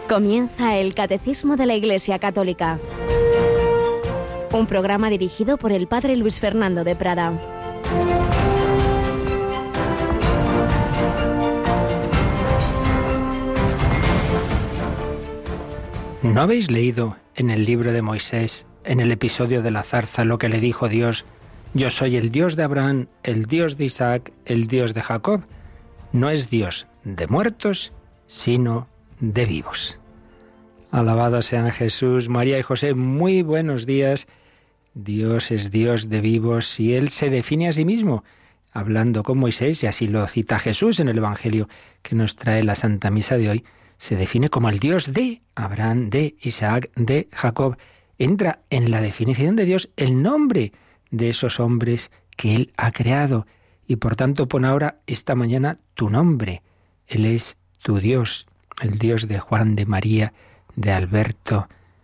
Comienza el Catecismo de la Iglesia Católica, un programa dirigido por el Padre Luis Fernando de Prada. ¿No habéis leído en el libro de Moisés, en el episodio de la zarza, lo que le dijo Dios? Yo soy el Dios de Abraham, el Dios de Isaac, el Dios de Jacob. No es Dios de muertos, sino de vivos. Alabado sean Jesús, María y José, muy buenos días. Dios es Dios de vivos y Él se define a sí mismo, hablando con Moisés, y así lo cita Jesús en el Evangelio que nos trae la Santa Misa de hoy. Se define como el Dios de Abraham, de Isaac, de Jacob. Entra en la definición de Dios el nombre de esos hombres que Él ha creado. Y por tanto pone ahora, esta mañana, tu nombre. Él es tu Dios, el Dios de Juan, de María, de Alberto,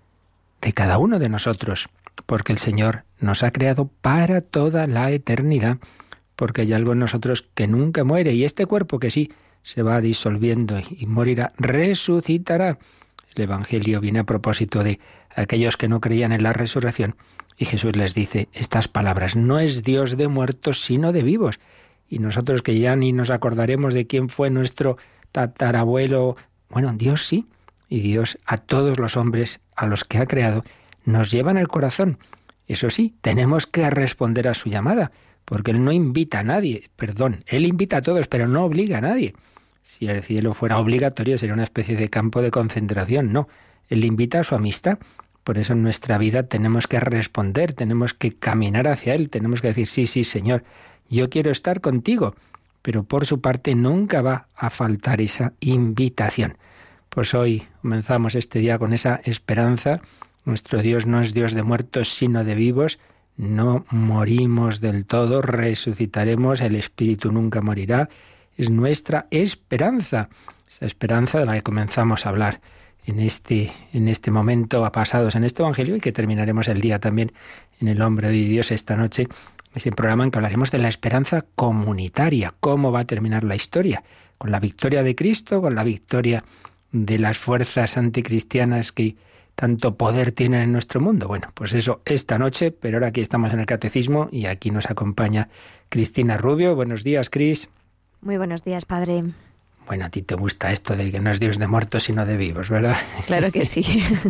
de cada uno de nosotros. Porque el Señor nos ha creado para toda la eternidad. Porque hay algo en nosotros que nunca muere. Y este cuerpo que sí se va disolviendo y morirá, resucitará. El Evangelio viene a propósito de aquellos que no creían en la resurrección. Y Jesús les dice estas palabras: no es Dios de muertos, sino de vivos. Y nosotros que ya ni nos acordaremos de quién fue nuestro tatarabuelo, bueno, Dios sí. Y Dios a todos los hombres a los que ha creado nos lleva en el corazón. Eso sí, tenemos que responder a su llamada, porque Él no invita a nadie, Él invita a todos, pero no obliga a nadie. Si el cielo fuera obligatorio sería una especie de campo de concentración. No, Él invita a su amistad. Por eso en nuestra vida tenemos que responder, tenemos que caminar hacia Él, tenemos que decir, sí, Señor, yo quiero estar contigo. Pero por su parte nunca va a faltar esa invitación. Pues hoy comenzamos este día con esa esperanza. Nuestro Dios no es Dios de muertos, sino de vivos. No morimos del todo, resucitaremos, el Espíritu nunca morirá. Es nuestra esperanza, esa esperanza de la que comenzamos a hablar en este momento, a pasados en este Evangelio, y que terminaremos el día también en El Hombre de Dios esta noche, ese programa en que hablaremos de la esperanza comunitaria, cómo va a terminar la historia, con la victoria de Cristo, con la victoria de las fuerzas anticristianas que tanto poder tienen en nuestro mundo. Bueno, pues eso esta noche, pero ahora aquí estamos en el Catecismo y aquí nos acompaña Cristina Rubio. Buenos días, Cris. Muy buenos días, Padre. Bueno, a ti te gusta esto de que no es Dios de muertos sino de vivos, ¿verdad? Claro que sí.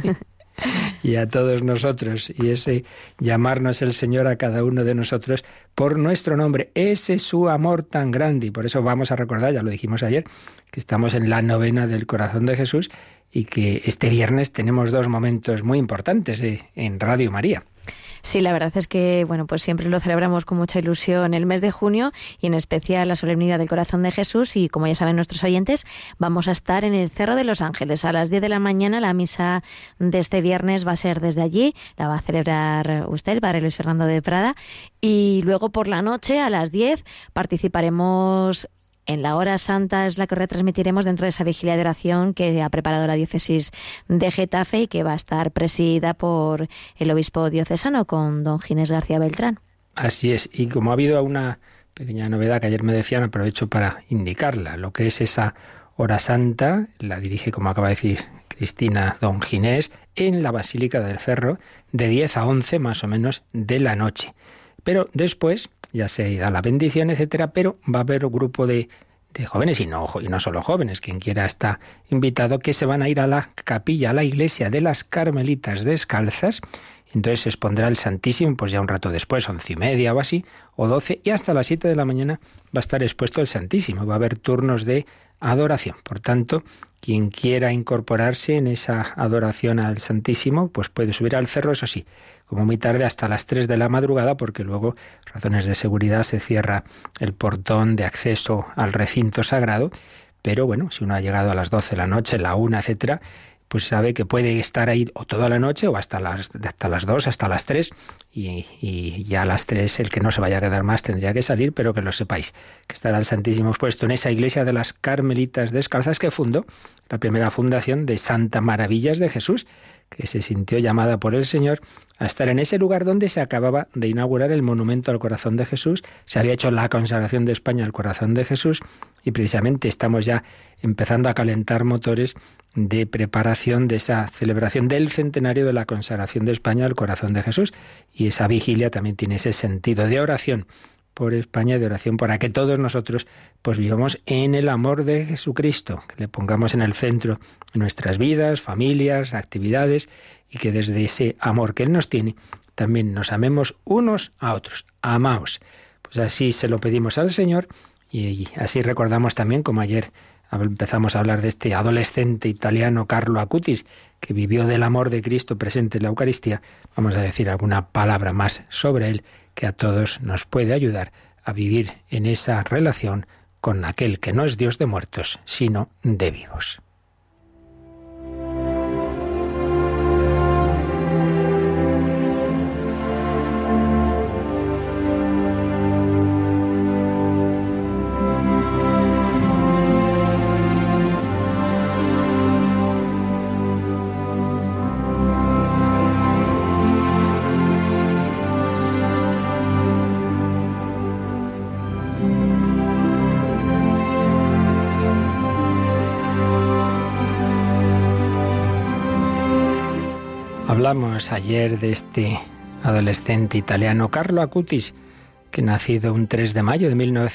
Y a todos nosotros, y ese llamarnos el Señor a cada uno de nosotros por nuestro nombre, ese es su amor tan grande. Y por eso vamos a recordar, ya lo dijimos ayer, que estamos en la novena del Corazón de Jesús y que este viernes tenemos dos momentos muy importantes en Radio María. Sí, la verdad es que, bueno, pues siempre lo celebramos con mucha ilusión el mes de junio y en especial la solemnidad del Corazón de Jesús, y como ya saben nuestros oyentes, vamos a estar en el Cerro de los Ángeles a las 10 de la mañana. La misa de este viernes va a ser desde allí, la va a celebrar usted, el Padre Luis Fernando de Prada, y luego por la noche a las 10 participaremos en la hora santa, es la que retransmitiremos dentro de esa vigilia de oración que ha preparado la diócesis de Getafe y que va a estar presidida por el obispo diocesano, con don Ginés García Beltrán. Así es, y como ha habido una pequeña novedad que ayer me decían, aprovecho para indicarla. Lo que es esa hora santa la dirige, como acaba de decir Cristina, don Ginés, en la Basílica del Cerro, de 10 a 11 más o menos de la noche. Pero después ya se da la bendición, etcétera, pero va a haber un grupo de jóvenes, y no solo jóvenes, quien quiera está invitado, que se van a ir a la capilla, a la iglesia de las Carmelitas Descalzas. Entonces se expondrá el Santísimo, pues ya un rato después, 11:30 o así, o 12, y hasta las 7 de la mañana va a estar expuesto el Santísimo. Va a haber turnos de adoración. Por tanto, quien quiera incorporarse en esa adoración al Santísimo, pues puede subir al cerro, eso sí, como muy tarde, hasta las 3 de la madrugada, porque luego, razones de seguridad, se cierra el portón de acceso al recinto sagrado. Pero bueno, si uno ha llegado a las 12 de la noche, la 1, etcétera, pues sabe que puede estar ahí o toda la noche o hasta las 2, hasta las 3, y ya a las 3 el que no se vaya a quedar más tendría que salir, pero que lo sepáis, que estará el Santísimo expuesto en esa iglesia de las Carmelitas Descalzas que fundó la primera fundación de Santa Maravillas de Jesús, que se sintió llamada por el Señor a estar en ese lugar donde se acababa de inaugurar el monumento al Corazón de Jesús. Se había hecho la consagración de España al Corazón de Jesús y precisamente estamos ya empezando a calentar motores de preparación de esa celebración del centenario de la consagración de España al corazón de Jesús. Y esa vigilia también tiene ese sentido de oración por España, de oración para que todos nosotros pues vivamos en el amor de Jesucristo, que le pongamos en el centro nuestras vidas, familias, actividades, y que desde ese amor que Él nos tiene, también nos amemos unos a otros. Amaos. Pues así se lo pedimos al Señor, y así recordamos también, como ayer empezamos a hablar de este adolescente italiano Carlo Acutis, que vivió del amor de Cristo presente en la Eucaristía. Vamos a decir alguna palabra más sobre él que a todos nos puede ayudar a vivir en esa relación con aquel que no es Dios de muertos, sino de vivos. Hablamos ayer de este adolescente italiano Carlo Acutis, que nacido un 3 de mayo de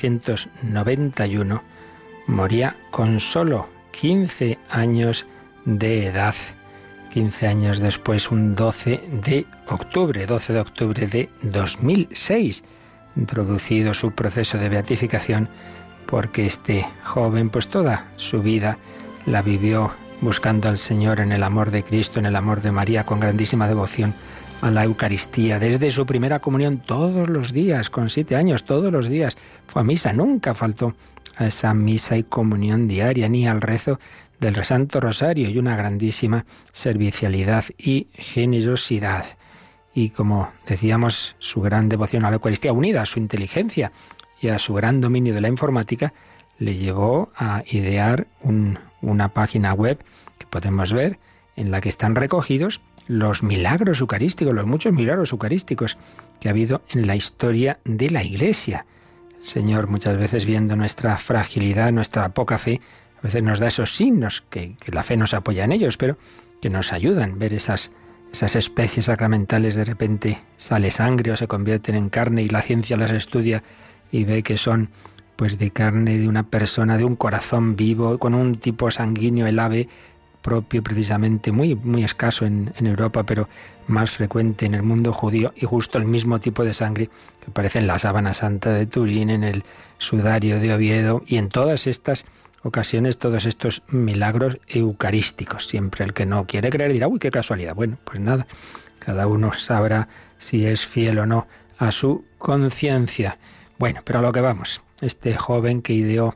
1991, moría con solo 15 años de edad. 15 años después, un 12 de octubre de 2006, introducido su proceso de beatificación, porque este joven pues toda su vida la vivió buscando al Señor en el amor de Cristo, en el amor de María, con grandísima devoción a la Eucaristía. Desde su primera comunión todos los días, con 7 años, todos los días, fue a misa, nunca faltó a esa misa y comunión diaria, ni al rezo del Santo Rosario, y una grandísima servicialidad y generosidad. Y como decíamos, su gran devoción a la Eucaristía, unida a su inteligencia y a su gran dominio de la informática, le llevó a idear una página web que podemos ver, en la que están recogidos los milagros eucarísticos, los muchos milagros eucarísticos que ha habido en la historia de la Iglesia. El Señor, muchas veces viendo nuestra fragilidad, nuestra poca fe, a veces nos da esos signos, que la fe nos apoya en ellos, pero que nos ayudan. Ver esas especies sacramentales, de repente sale sangre o se convierten en carne, y la ciencia las estudia y ve que son pues de carne de una persona, de un corazón vivo, con un tipo sanguíneo, el ave, propio precisamente, muy, muy escaso en Europa, pero más frecuente en el mundo judío, y justo el mismo tipo de sangre que aparece en la sábana santa de Turín, en el sudario de Oviedo, y en todas estas ocasiones, todos estos milagros eucarísticos. Siempre el que no quiere creer dirá, uy, qué casualidad. Bueno, pues nada, cada uno sabrá si es fiel o no a su conciencia. Bueno, pero a lo que vamos. Este joven que ideó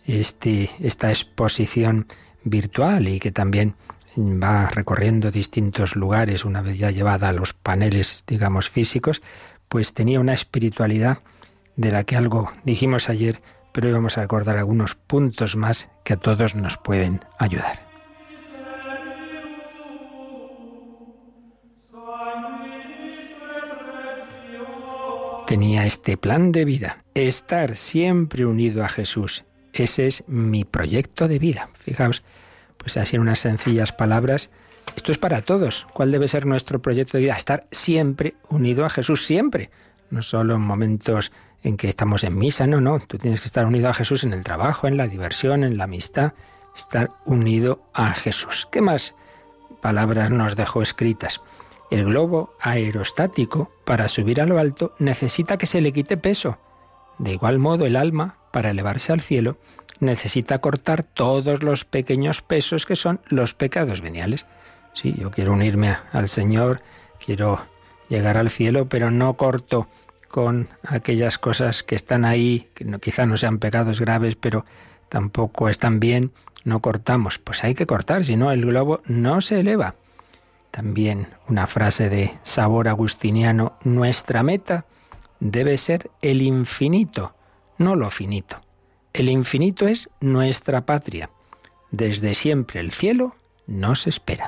esta exposición virtual, y que también va recorriendo distintos lugares una vez ya llevada a los paneles, digamos, físicos, pues tenía una espiritualidad de la que algo dijimos ayer, pero hoy vamos a recordar algunos puntos más que a todos nos pueden ayudar. Tenía este plan de vida, estar siempre unido a Jesús. Ese es mi proyecto de vida. Fijaos, pues así en unas sencillas palabras, esto es para todos. ¿Cuál debe ser nuestro proyecto de vida? Estar siempre unido a Jesús, siempre. No solo en momentos en que estamos en misa, no. Tú tienes que estar unido a Jesús en el trabajo, en la diversión, en la amistad. Estar unido a Jesús. ¿Qué más palabras nos dejó escritas? El globo aerostático, para subir a lo alto, necesita que se le quite peso. De igual modo, el alma, para elevarse al cielo, necesita cortar todos los pequeños pesos que son los pecados veniales. Sí, yo quiero unirme al Señor, quiero llegar al cielo, pero no corto con aquellas cosas que están ahí, que quizá no sean pecados graves, pero tampoco están bien. No cortamos. Pues hay que cortar, si no el globo no se eleva. También una frase de sabor agustiniano: nuestra meta debe ser el infinito, no lo finito. El infinito es nuestra patria. Desde siempre el cielo nos espera.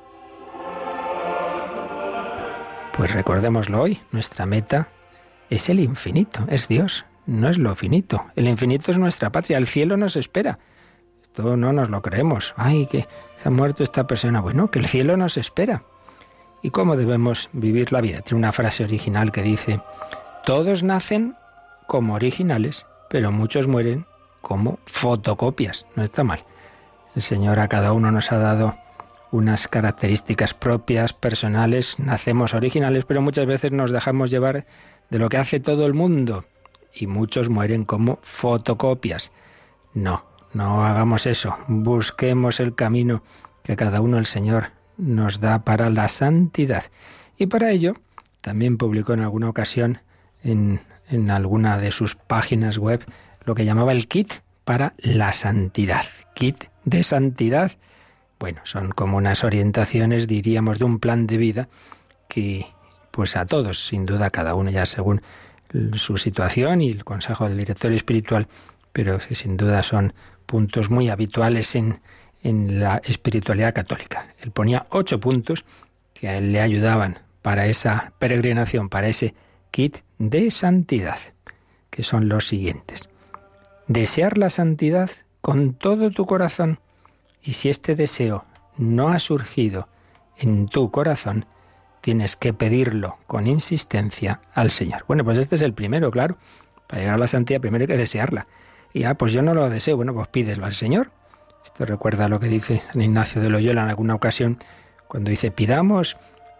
Pues recordémoslo hoy, nuestra meta es el infinito, es Dios, no es lo finito. El infinito es nuestra patria, el cielo nos espera. esto no nos lo creemos. ¡Ay, que se ha muerto esta persona! Bueno, que el cielo nos espera. ¿Y cómo debemos vivir la vida? Tiene una frase original que dice: todos nacen como originales, pero muchos mueren como fotocopias. No está mal. El Señor a cada uno nos ha dado unas características propias, personales. Nacemos originales, pero muchas veces nos dejamos llevar de lo que hace todo el mundo. Y muchos mueren como fotocopias. No, no hagamos eso. Busquemos el camino que cada uno el Señor nos da para la santidad. Y para ello, también publicó en alguna ocasión en alguna de sus páginas web lo que llamaba el kit para la santidad. Kit de santidad. Bueno, son como unas orientaciones, diríamos, de un plan de vida que, pues a todos, sin duda, cada uno ya según su situación y el consejo del director espiritual, pero que sin duda son puntos muy habituales en la espiritualidad católica. Él ponía 8 puntos que a él le ayudaban para esa peregrinación, para ese kit de santidad, que son los siguientes. Desear la santidad con todo tu corazón, y si este deseo no ha surgido en tu corazón, tienes que pedirlo con insistencia al Señor. Bueno, pues este es el primero, claro. Para llegar a la santidad primero hay que desearla. Y pues yo no lo deseo. Bueno, pues pídelo al Señor. Esto recuerda lo que dice San Ignacio de Loyola en alguna ocasión, cuando dice: pidamos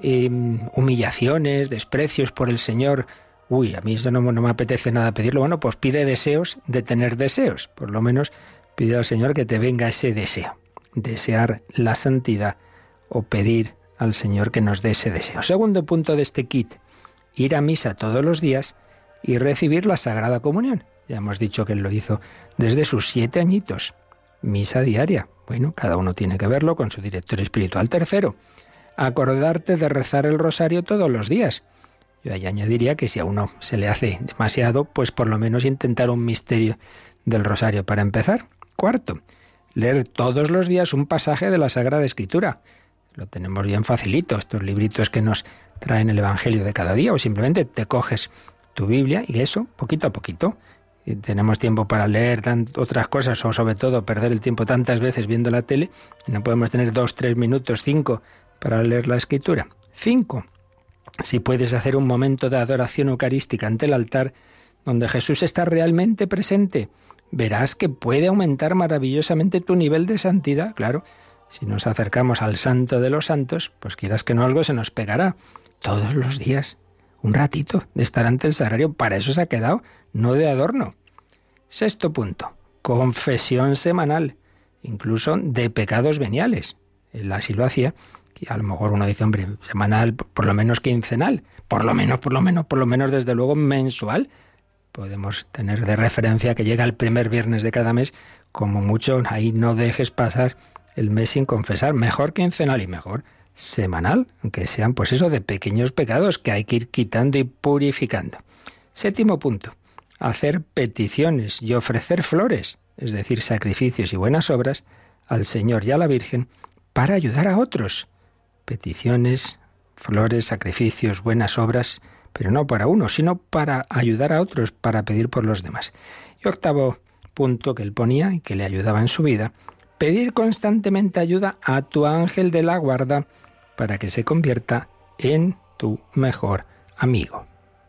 humillaciones, desprecios por el Señor. Uy, a mí eso no me apetece nada pedirlo. Bueno, pues pide deseos de tener deseos. Por lo menos pide al Señor que te venga ese deseo. Desear la santidad o pedir al Señor que nos dé ese deseo. Segundo punto de este kit: ir a misa todos los días y recibir la Sagrada Comunión. Ya hemos dicho que él lo hizo desde sus 7 añitos. Misa diaria. Bueno, cada uno tiene que verlo con su director espiritual. Tercero, acordarte de rezar el rosario todos los días. Yo ahí añadiría que si a uno se le hace demasiado, pues por lo menos intentar un misterio del rosario para empezar. Cuarto, leer todos los días un pasaje de la Sagrada Escritura. Lo tenemos bien facilito, estos libritos que nos traen el Evangelio de cada día, o simplemente te coges tu Biblia y eso, poquito a poquito. Y tenemos tiempo para leer otras cosas, o sobre todo perder el tiempo tantas veces viendo la tele, y no podemos tener 2, 3 minutos, 5 para leer la Escritura. 5. Si puedes hacer un momento de adoración eucarística ante el altar, donde Jesús está realmente presente, verás que puede aumentar maravillosamente tu nivel de santidad. Claro, si nos acercamos al Santo de los Santos, pues quieras que no, algo se nos pegará. Todos los días, un ratito de estar ante el sagrario, para eso se ha quedado, no de adorno. Sexto punto, confesión semanal, incluso de pecados veniales. Él así lo hacía, que a lo mejor uno dice, hombre, semanal, por lo menos quincenal, por lo menos desde luego mensual. Podemos tener de referencia que llega el primer viernes de cada mes, como mucho, ahí no dejes pasar el mes sin confesar. Mejor quincenal y mejor semanal, aunque sean pues eso de pequeños pecados que hay que ir quitando y purificando. Séptimo punto, hacer peticiones y ofrecer flores, es decir, sacrificios y buenas obras al Señor y a la Virgen para ayudar a otros. Peticiones, flores, sacrificios, buenas obras, pero no para uno, sino para ayudar a otros, para pedir por los demás. Y octavo punto que él ponía y que le ayudaba en su vida: pedir constantemente ayuda a tu ángel de la guarda para que se convierta en tu mejor amigo.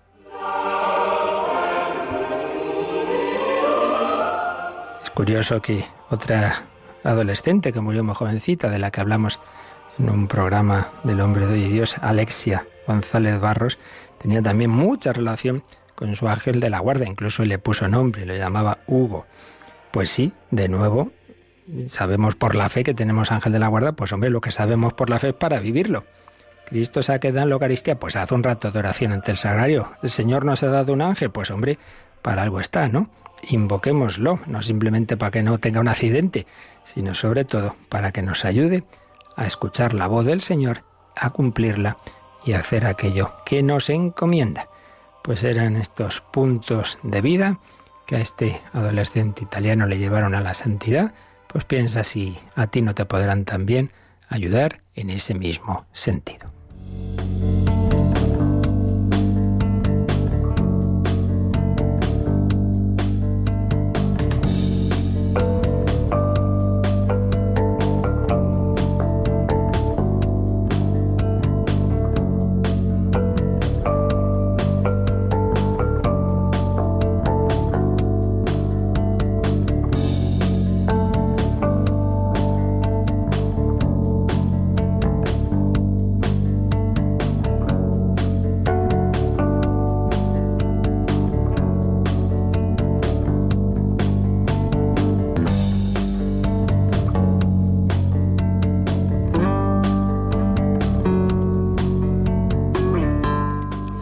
Es curioso que otra adolescente que murió muy jovencita, de la que hablamos en un programa del Hombre de Hoy y Dios, Alexia González Barros, tenía también mucha relación con su ángel de la guarda, incluso le puso nombre, lo llamaba Hugo. Pues sí, de nuevo, sabemos por la fe que tenemos ángel de la guarda, pues hombre, lo que sabemos por la fe es para vivirlo. Cristo se ha quedado en la Eucaristía, pues haz un rato de oración ante el sagrario. El Señor nos ha dado un ángel, pues hombre, para algo está, ¿no? Invoquémoslo, no simplemente para que no tenga un accidente, sino sobre todo para que nos ayude a escuchar la voz del Señor, a cumplirla y a hacer aquello que nos encomienda. Pues eran estos puntos de vida que a este adolescente italiano le llevaron a la santidad. Pues piensa si a ti no te podrán también ayudar en ese mismo sentido.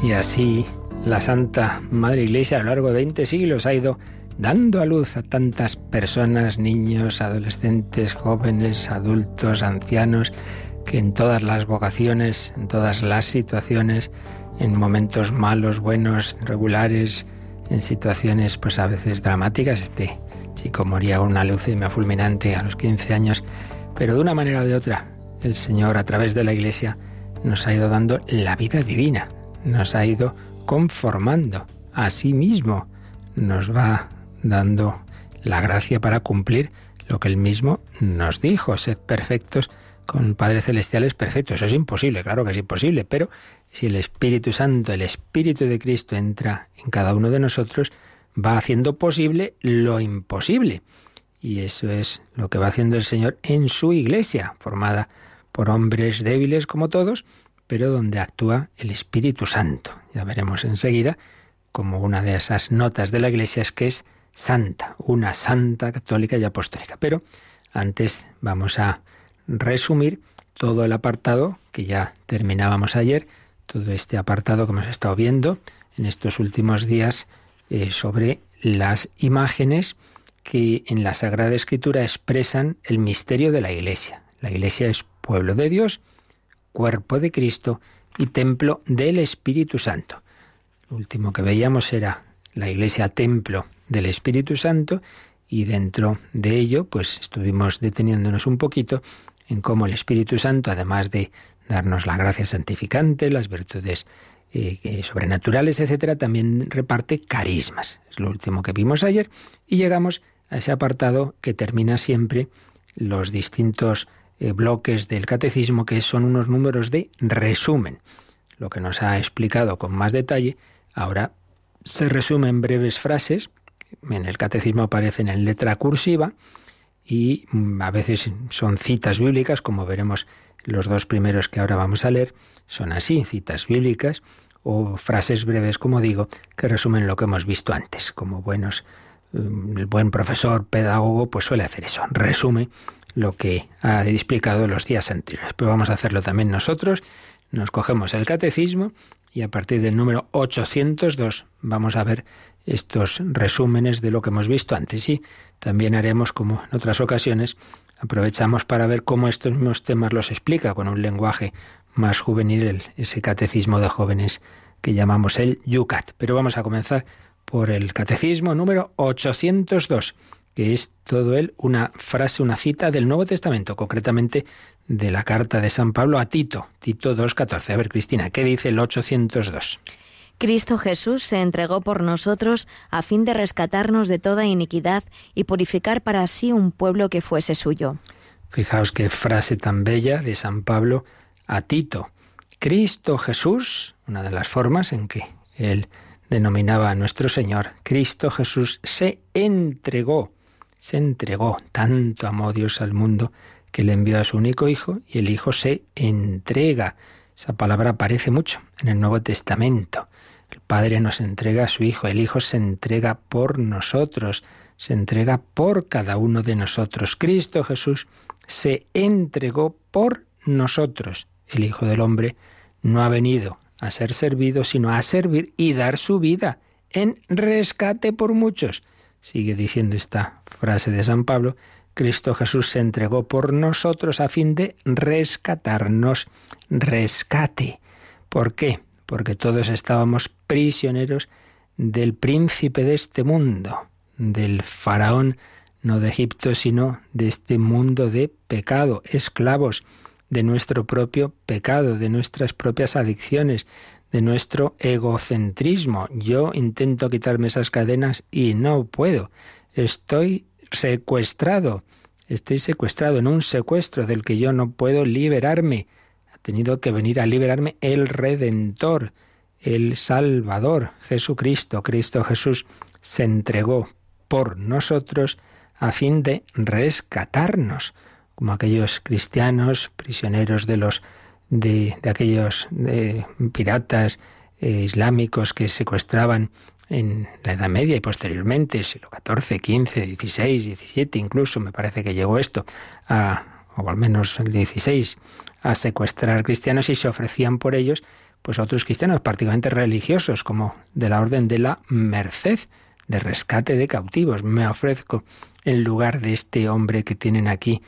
Y así la Santa Madre Iglesia a lo largo de 20 siglos ha ido dando a luz a tantas personas, niños, adolescentes, jóvenes, adultos, ancianos, que en todas las vocaciones, en todas las situaciones, en momentos malos, buenos, regulares, en situaciones pues a veces dramáticas. Este chico moría con una leucemia fulminante a los 15 años, pero de una manera o de otra, el Señor a través de la Iglesia nos ha ido dando la vida divina, nos ha ido conformando a sí mismo, nos va dando la gracia para cumplir lo que Él mismo nos dijo: sed perfectos con el Padre Celestial es perfecto. Eso es imposible, claro que es imposible, pero si el Espíritu Santo, el Espíritu de Cristo entra en cada uno de nosotros, va haciendo posible lo imposible. Y eso es lo que va haciendo el Señor en su Iglesia, formada por hombres débiles como todos, pero donde actúa el Espíritu Santo. Ya veremos enseguida como una de esas notas de la Iglesia es que es santa, una santa, católica y apostólica. Pero antes vamos a resumir todo el apartado que ya terminábamos ayer, todo este apartado que hemos estado viendo en estos últimos días sobre las imágenes que en la Sagrada Escritura expresan el misterio de la Iglesia. La Iglesia es pueblo de Dios, cuerpo de Cristo y templo del Espíritu Santo. Lo último que veíamos era la Iglesia templo del Espíritu Santo, y dentro de ello pues estuvimos deteniéndonos un poquito en cómo el Espíritu Santo, además de darnos la gracia santificante, las virtudes sobrenaturales, etcétera, también reparte carismas. Es lo último que vimos ayer, y llegamos a ese apartado que termina siempre los distintos bloques del catecismo, que son unos números de resumen. Lo que nos ha explicado con más detalle ahora se resume en breves frases. En el catecismo aparecen en letra cursiva y a veces son citas bíblicas, como veremos los dos primeros que ahora vamos a leer, son así, citas bíblicas o frases breves, como digo, que resumen lo que hemos visto antes. Como el buen profesor, pedagogo, pues suele hacer eso, resume lo que ha explicado los días anteriores. Pero vamos a hacerlo también nosotros. Nos cogemos el catecismo y a partir del número 802 vamos a ver estos resúmenes de lo que hemos visto antes. Y también haremos, como en otras ocasiones, aprovechamos para ver cómo estos mismos temas los explica con un lenguaje más juvenil ese catecismo de jóvenes que llamamos el Yucat. Pero vamos a comenzar por el catecismo número 802, que es todo él una frase, una cita del Nuevo Testamento, concretamente de la carta de San Pablo a Tito, Tito 2:14. A ver, Cristina, ¿qué dice el 802? Cristo Jesús se entregó por nosotros a fin de rescatarnos de toda iniquidad y purificar para sí un pueblo que fuese suyo. Fijaos qué frase tan bella de San Pablo a Tito. Cristo Jesús, una de las formas en que él denominaba a nuestro Señor, Cristo Jesús se entregó, tanto amó Dios al mundo que le envió a su único Hijo, y el Hijo se entrega. Esa palabra aparece mucho en el Nuevo Testamento. El Padre nos entrega a su Hijo, el Hijo se entrega por nosotros, se entrega por cada uno de nosotros. Cristo Jesús se entregó por nosotros. El Hijo del Hombre no ha venido a ser servido, sino a servir y dar su vida en rescate por muchos. Sigue diciendo esta frase de San Pablo: Cristo Jesús se entregó por nosotros a fin de rescatarnos. Rescate. ¿Por qué? Porque todos estábamos prisioneros del príncipe de este mundo, del faraón, no de Egipto, sino de este mundo de pecado, esclavos de nuestro propio pecado, de nuestras propias adicciones, de nuestro egocentrismo. Yo intento quitarme esas cadenas y no puedo. Estoy secuestrado en un secuestro del que yo no puedo liberarme. Ha tenido que venir a liberarme el Redentor, el Salvador, Jesucristo. Cristo Jesús se entregó por nosotros a fin de rescatarnos, como aquellos cristianos prisioneros de aquellos piratas islámicos que secuestraban en la Edad Media y posteriormente, siglo XIV, XV, XVI, XVII, incluso me parece que llegó esto, o al menos el XVI, a secuestrar cristianos y se ofrecían por ellos pues a otros cristianos, particularmente religiosos, como de la Orden de la Merced, de rescate de cautivos. Me ofrezco en lugar de este hombre que tienen aquí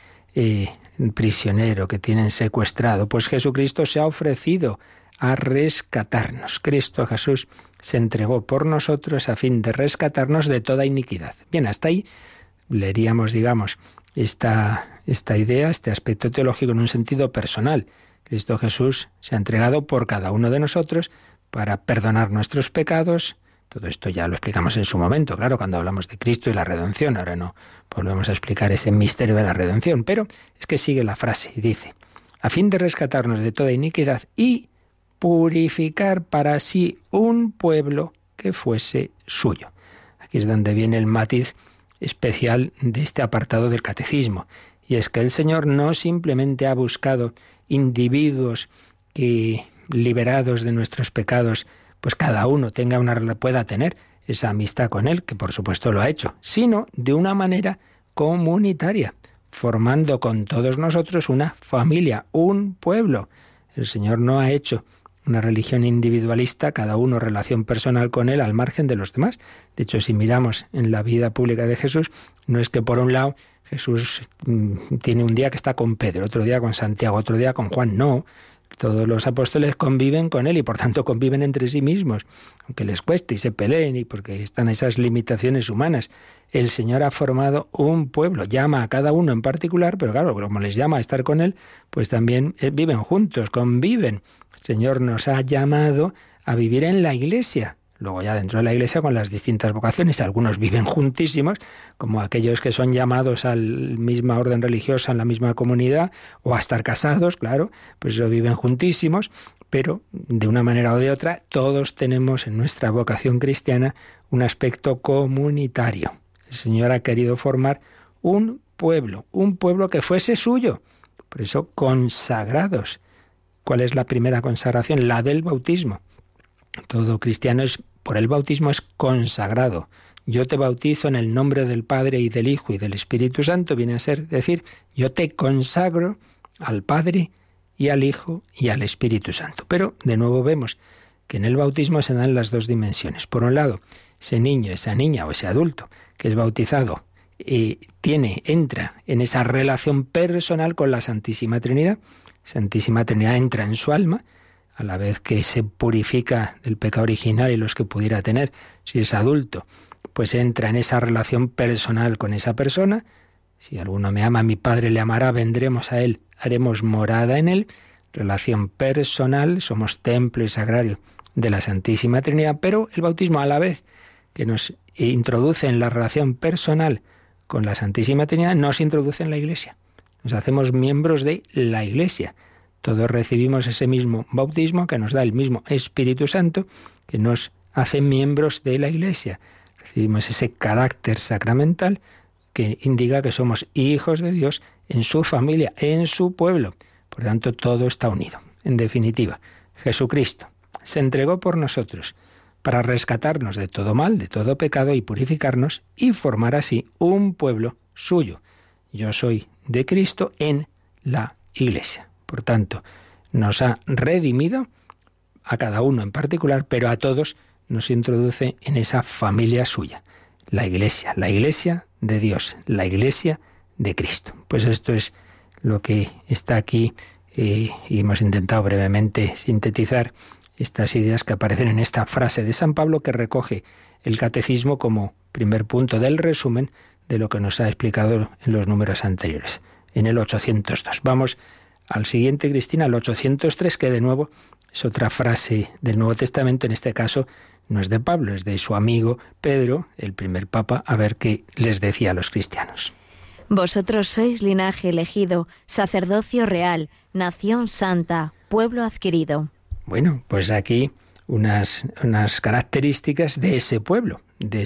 prisionero, que tienen secuestrado. Pues Jesucristo se ha ofrecido a rescatarnos. Cristo Jesús se entregó por nosotros a fin de rescatarnos de toda iniquidad. Bien, hasta ahí leeríamos, digamos, esta idea, este aspecto teológico en un sentido personal. Cristo Jesús se ha entregado por cada uno de nosotros para perdonar nuestros pecados. Todo esto ya lo explicamos en su momento, claro, cuando hablamos de Cristo y la redención. Ahora no volvemos a explicar ese misterio de la redención, pero es que sigue la frase y dice, a fin de rescatarnos de toda iniquidad y purificar para sí un pueblo que fuese suyo. Aquí es donde viene el matiz especial de este apartado del catecismo, y es que el Señor no simplemente ha buscado individuos que, liberados de nuestros pecados, pues cada uno pueda tener esa amistad con Él, que por supuesto lo ha hecho, sino de una manera comunitaria, formando con todos nosotros una familia, un pueblo. El Señor no ha hecho una religión individualista, cada uno relación personal con Él al margen de los demás. De hecho, si miramos en la vida pública de Jesús, no es que por un lado Jesús tiene un día que está con Pedro, otro día con Santiago, otro día con Juan, no. Todos los apóstoles conviven con Él y por tanto conviven entre sí mismos, aunque les cueste y se peleen y porque están esas limitaciones humanas. El Señor ha formado un pueblo, llama a cada uno en particular, pero claro, como les llama a estar con Él, pues también viven juntos, conviven. El Señor nos ha llamado a vivir en la Iglesia. Luego ya dentro de la Iglesia con las distintas vocaciones, algunos viven juntísimos, como aquellos que son llamados a la misma orden religiosa en la misma comunidad, o a estar casados, claro, pues lo viven juntísimos, pero de una manera o de otra todos tenemos en nuestra vocación cristiana un aspecto comunitario. El Señor ha querido formar un pueblo que fuese suyo, por eso consagrados. ¿Cuál es la primera consagración? La del bautismo. Todo cristiano por el bautismo es consagrado. Yo te bautizo en el nombre del Padre y del Hijo y del Espíritu Santo. Viene a ser decir, yo te consagro al Padre y al Hijo y al Espíritu Santo. Pero de nuevo vemos que en el bautismo se dan las dos dimensiones. Por un lado, ese niño, esa niña o ese adulto que es bautizado entra en esa relación personal con la Santísima Trinidad. Santísima Trinidad entra en su alma, a la vez que se purifica del pecado original y los que pudiera tener, si es adulto, pues entra en esa relación personal con esa persona. Si alguno me ama, mi Padre le amará, vendremos a Él, haremos morada en Él. Relación personal, somos templo y sagrario de la Santísima Trinidad, pero el bautismo a la vez que nos introduce en la relación personal con la Santísima Trinidad, nos introduce en la Iglesia. Nos hacemos miembros de la Iglesia. Todos recibimos ese mismo bautismo que nos da el mismo Espíritu Santo, que nos hace miembros de la Iglesia. Recibimos ese carácter sacramental que indica que somos hijos de Dios en su familia, en su pueblo. Por tanto, todo está unido. En definitiva, Jesucristo se entregó por nosotros para rescatarnos de todo mal, de todo pecado y purificarnos y formar así un pueblo suyo. Yo soy de Cristo en la Iglesia. Por tanto, nos ha redimido a cada uno en particular, pero a todos nos introduce en esa familia suya, la Iglesia de Dios, la Iglesia de Cristo. Pues esto es lo que está aquí y hemos intentado brevemente sintetizar estas ideas que aparecen en esta frase de San Pablo que recoge el Catecismo como primer punto del resumen de lo que nos ha explicado en los números anteriores, en el 802. Vamos al siguiente, Cristina, al 803, que de nuevo es otra frase del Nuevo Testamento, en este caso no es de Pablo, es de su amigo Pedro, el primer papa, a ver qué les decía a los cristianos. Vosotros sois linaje elegido, sacerdocio real, nación santa, pueblo adquirido. Bueno, pues aquí unas características de ese pueblo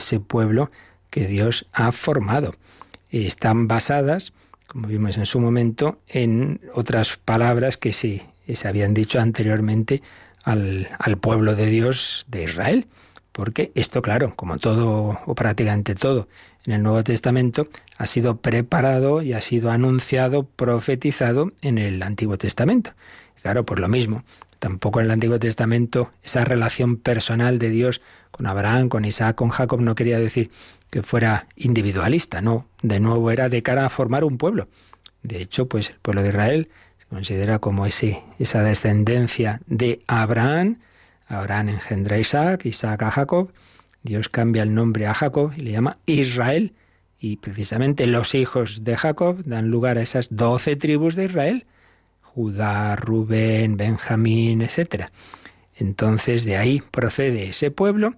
que Dios ha formado. Están basadas, como vimos en su momento, en otras palabras que se habían dicho anteriormente al pueblo de Dios de Israel. Porque esto, claro, como todo o prácticamente todo en el Nuevo Testamento, ha sido preparado y ha sido anunciado, profetizado en el Antiguo Testamento. Claro, por lo mismo, Tampoco en el Antiguo Testamento esa relación personal de Dios con Abraham, con Isaac, con Jacob no quería decir que fuera individualista, no, de nuevo era de cara a formar un pueblo. De hecho, pues el pueblo de Israel se considera como esa descendencia de Abraham. Abraham engendra a Isaac, Isaac a Jacob. Dios cambia el nombre a Jacob y le llama Israel. Y precisamente los hijos de Jacob dan lugar a esas 12 tribus de Israel. Judá, Rubén, Benjamín, etc. Entonces de ahí procede ese pueblo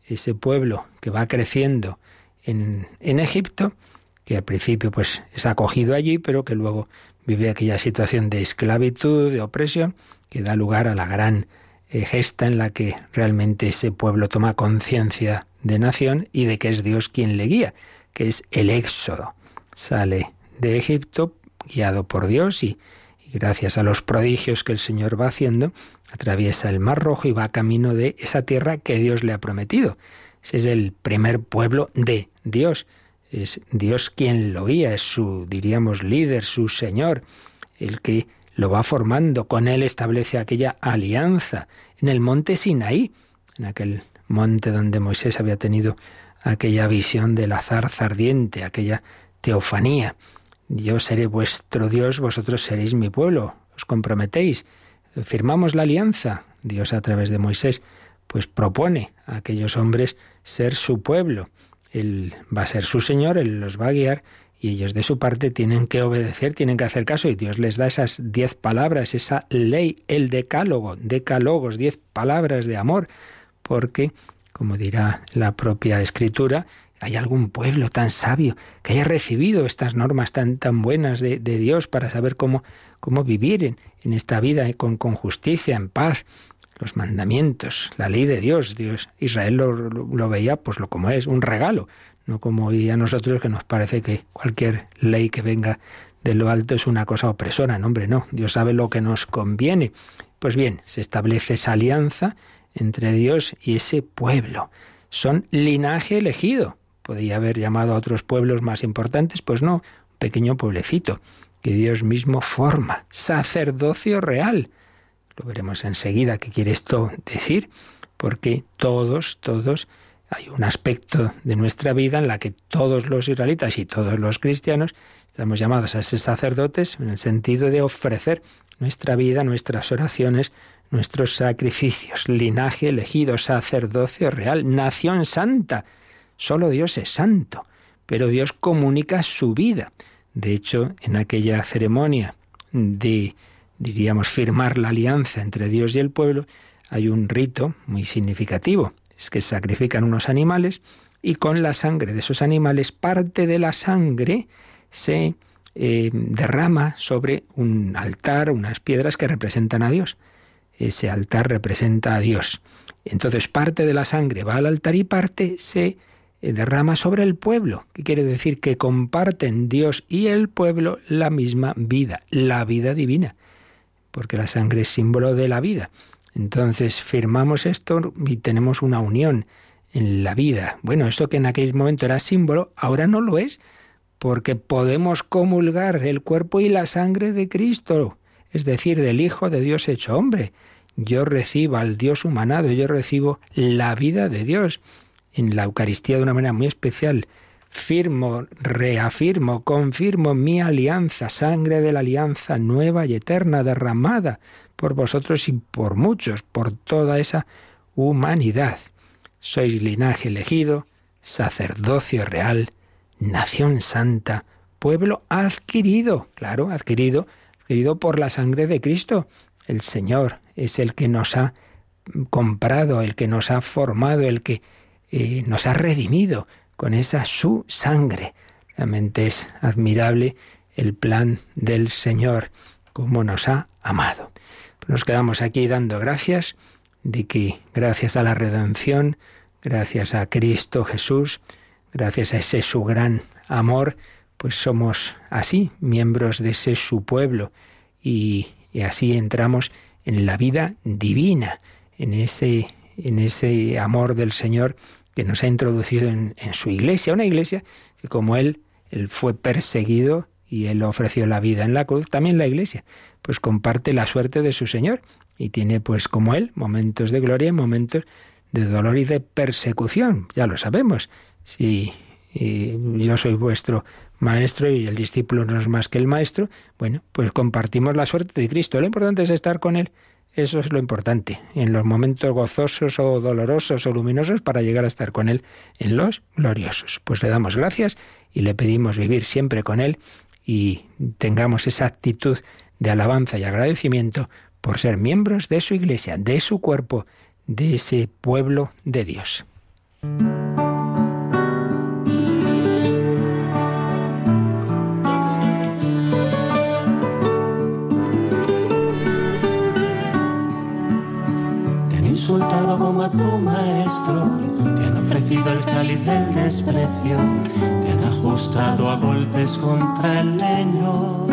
que va creciendo en Egipto, que al principio pues es acogido allí, pero que luego vive aquella situación de esclavitud, de opresión, que da lugar a la gran gesta en la que realmente ese pueblo toma conciencia de nación y de que es Dios quien le guía, que es el éxodo. Sale de Egipto guiado por Dios y gracias a los prodigios que el Señor va haciendo, atraviesa el Mar Rojo y va camino de esa tierra que Dios le ha prometido. Ese es el primer pueblo de Dios. Es Dios quien lo guía, es su, diríamos, líder, su Señor, el que lo va formando. Con él establece aquella alianza en el monte Sinaí, en aquel monte donde Moisés había tenido aquella visión de la zarza ardiente, aquella teofanía. Yo seré vuestro Dios, vosotros seréis mi pueblo. ¿Os comprometéis? ¿Firmamos la alianza? Dios a través de Moisés pues propone a aquellos hombres ser su pueblo. Él va a ser su Señor, Él los va a guiar y ellos de su parte tienen que obedecer, tienen que hacer caso y Dios les da esas 10 palabras, esa ley, el decálogo, decálogos, 10 palabras de amor, porque, como dirá la propia Escritura, ¿hay algún pueblo tan sabio que haya recibido estas normas tan buenas de Dios para saber cómo vivir en esta vida con justicia, en paz? Los mandamientos, la ley de Dios. Israel lo veía pues como es, un regalo, no como hoy a nosotros que nos parece que cualquier ley que venga de lo alto es una cosa opresora. No, hombre, no. Dios sabe lo que nos conviene. Pues bien, se establece esa alianza entre Dios y ese pueblo. Son linaje elegido. Podría haber llamado a otros pueblos más importantes, pues no, un pequeño pueblecito que Dios mismo forma, sacerdocio real. Lo veremos enseguida qué quiere esto decir, porque todos, hay un aspecto de nuestra vida en la que todos los israelitas y todos los cristianos estamos llamados a ser sacerdotes en el sentido de ofrecer nuestra vida, nuestras oraciones, nuestros sacrificios, linaje elegido, sacerdocio real, nación santa. Solo Dios es santo, pero Dios comunica su vida. De hecho, en aquella ceremonia de, diríamos, firmar la alianza entre Dios y el pueblo, hay un rito muy significativo. Es que se sacrifican unos animales y con la sangre de esos animales, parte de la sangre se derrama sobre un altar, unas piedras que representan a Dios. Ese altar representa a Dios. Entonces parte de la sangre va al altar y parte se derrama sobre el pueblo. ¿Qué quiere decir? Que comparten Dios y el pueblo la misma vida, la vida divina, porque la sangre es símbolo de la vida. Entonces firmamos esto y tenemos una unión en la vida. Bueno, esto que en aquel momento era símbolo, ahora no lo es, porque podemos comulgar el cuerpo y la sangre de Cristo, es decir, del Hijo de Dios hecho hombre. Yo recibo al Dios humanado, yo recibo la vida de Dios en la Eucaristía de una manera muy especial. Firmo, reafirmo, confirmo mi alianza, sangre de la alianza nueva y eterna derramada por vosotros y por muchos, por toda esa humanidad. Sois linaje elegido, sacerdocio real, nación santa, pueblo adquirido, claro, adquirido por la sangre de Cristo. El Señor es el que nos ha comprado, el que nos ha formado, el que nos ha redimido con esa su sangre. Realmente es admirable el plan del Señor, cómo nos ha amado. Nos quedamos aquí dando gracias de que gracias a la redención, gracias a Cristo Jesús, gracias a ese su gran amor, pues somos así, miembros de ese su pueblo y así entramos en la vida divina, en ese amor del Señor que nos ha introducido en su iglesia, una iglesia que como Él fue perseguido y Él ofreció la vida en la cruz, también la iglesia pues comparte la suerte de su Señor y tiene, pues como él, momentos de gloria y momentos de dolor y de persecución. Ya lo sabemos. Si yo soy vuestro maestro y el discípulo no es más que el maestro, bueno, pues compartimos la suerte de Cristo. Lo importante es estar con él. Eso es lo importante, en los momentos gozosos o dolorosos o luminosos, para llegar a estar con él en los gloriosos. Pues le damos gracias y le pedimos vivir siempre con él y tengamos esa actitud de alabanza y agradecimiento por ser miembros de su Iglesia, de su cuerpo, de ese pueblo de Dios. Te han insultado como a tu maestro, te han ofrecido el cáliz del desprecio, te han ajustado a golpes contra el leño.